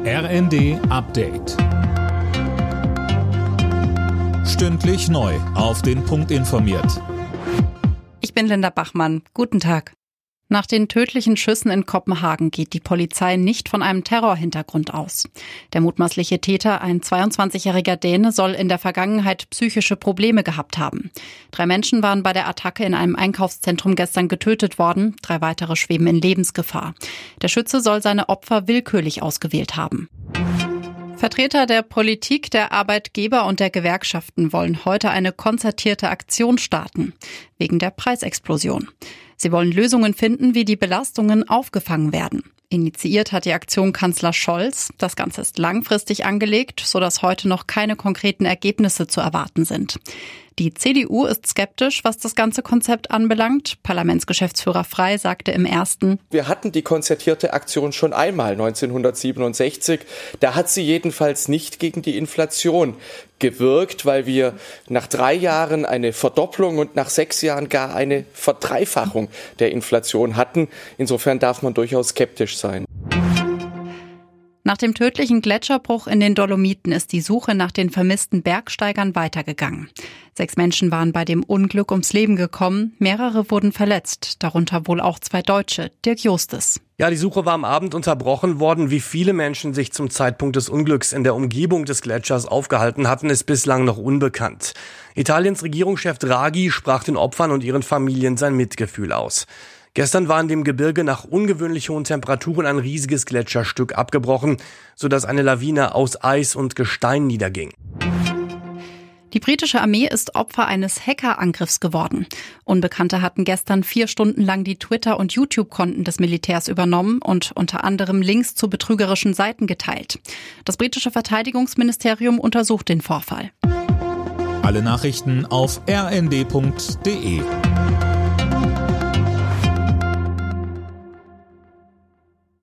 RND Update. Stündlich neu auf den Punkt informiert. Ich bin Linda Bachmann. Guten Tag. Nach den tödlichen Schüssen in Kopenhagen geht die Polizei nicht von einem Terrorhintergrund aus. Der mutmaßliche Täter, ein 22-jähriger Däne, soll in der Vergangenheit psychische Probleme gehabt haben. 3 Menschen waren bei der Attacke in einem Einkaufszentrum gestern getötet worden. 3 weitere schweben in Lebensgefahr. Der Schütze soll seine Opfer willkürlich ausgewählt haben. Vertreter der Politik, der Arbeitgeber und der Gewerkschaften wollen heute eine konzertierte Aktion starten, wegen der Preisexplosion. Sie wollen Lösungen finden, wie die Belastungen aufgefangen werden. Initiiert hat die Aktion Kanzler Scholz. Das Ganze ist langfristig angelegt, sodass heute noch keine konkreten Ergebnisse zu erwarten sind. Die CDU ist skeptisch, was das ganze Konzept anbelangt. Parlamentsgeschäftsführer Frey sagte im Ersten: Wir hatten die konzertierte Aktion schon einmal 1967. Da hat sie jedenfalls nicht gegen die Inflation gewirkt, weil wir nach 3 Jahren eine Verdopplung und nach 6 Jahren gar eine Verdreifachung der Inflation hatten. Insofern darf man durchaus skeptisch sein. Nach dem tödlichen Gletscherbruch in den Dolomiten ist die Suche nach den vermissten Bergsteigern weitergegangen. 6 Menschen waren bei dem Unglück ums Leben gekommen, mehrere wurden verletzt, darunter wohl auch 2 Deutsche. Dirk Justes. Ja, die Suche war am Abend unterbrochen worden. Wie viele Menschen sich zum Zeitpunkt des Unglücks in der Umgebung des Gletschers aufgehalten hatten, ist bislang noch unbekannt. Italiens Regierungschef Draghi sprach den Opfern und ihren Familien sein Mitgefühl aus. Gestern war in dem Gebirge nach ungewöhnlich hohen Temperaturen ein riesiges Gletscherstück abgebrochen, sodass eine Lawine aus Eis und Gestein niederging. Die britische Armee ist Opfer eines Hackerangriffs geworden. Unbekannte hatten gestern 4 Stunden lang die Twitter- und YouTube-Konten des Militärs übernommen und unter anderem Links zu betrügerischen Seiten geteilt. Das britische Verteidigungsministerium untersucht den Vorfall. Alle Nachrichten auf rnd.de.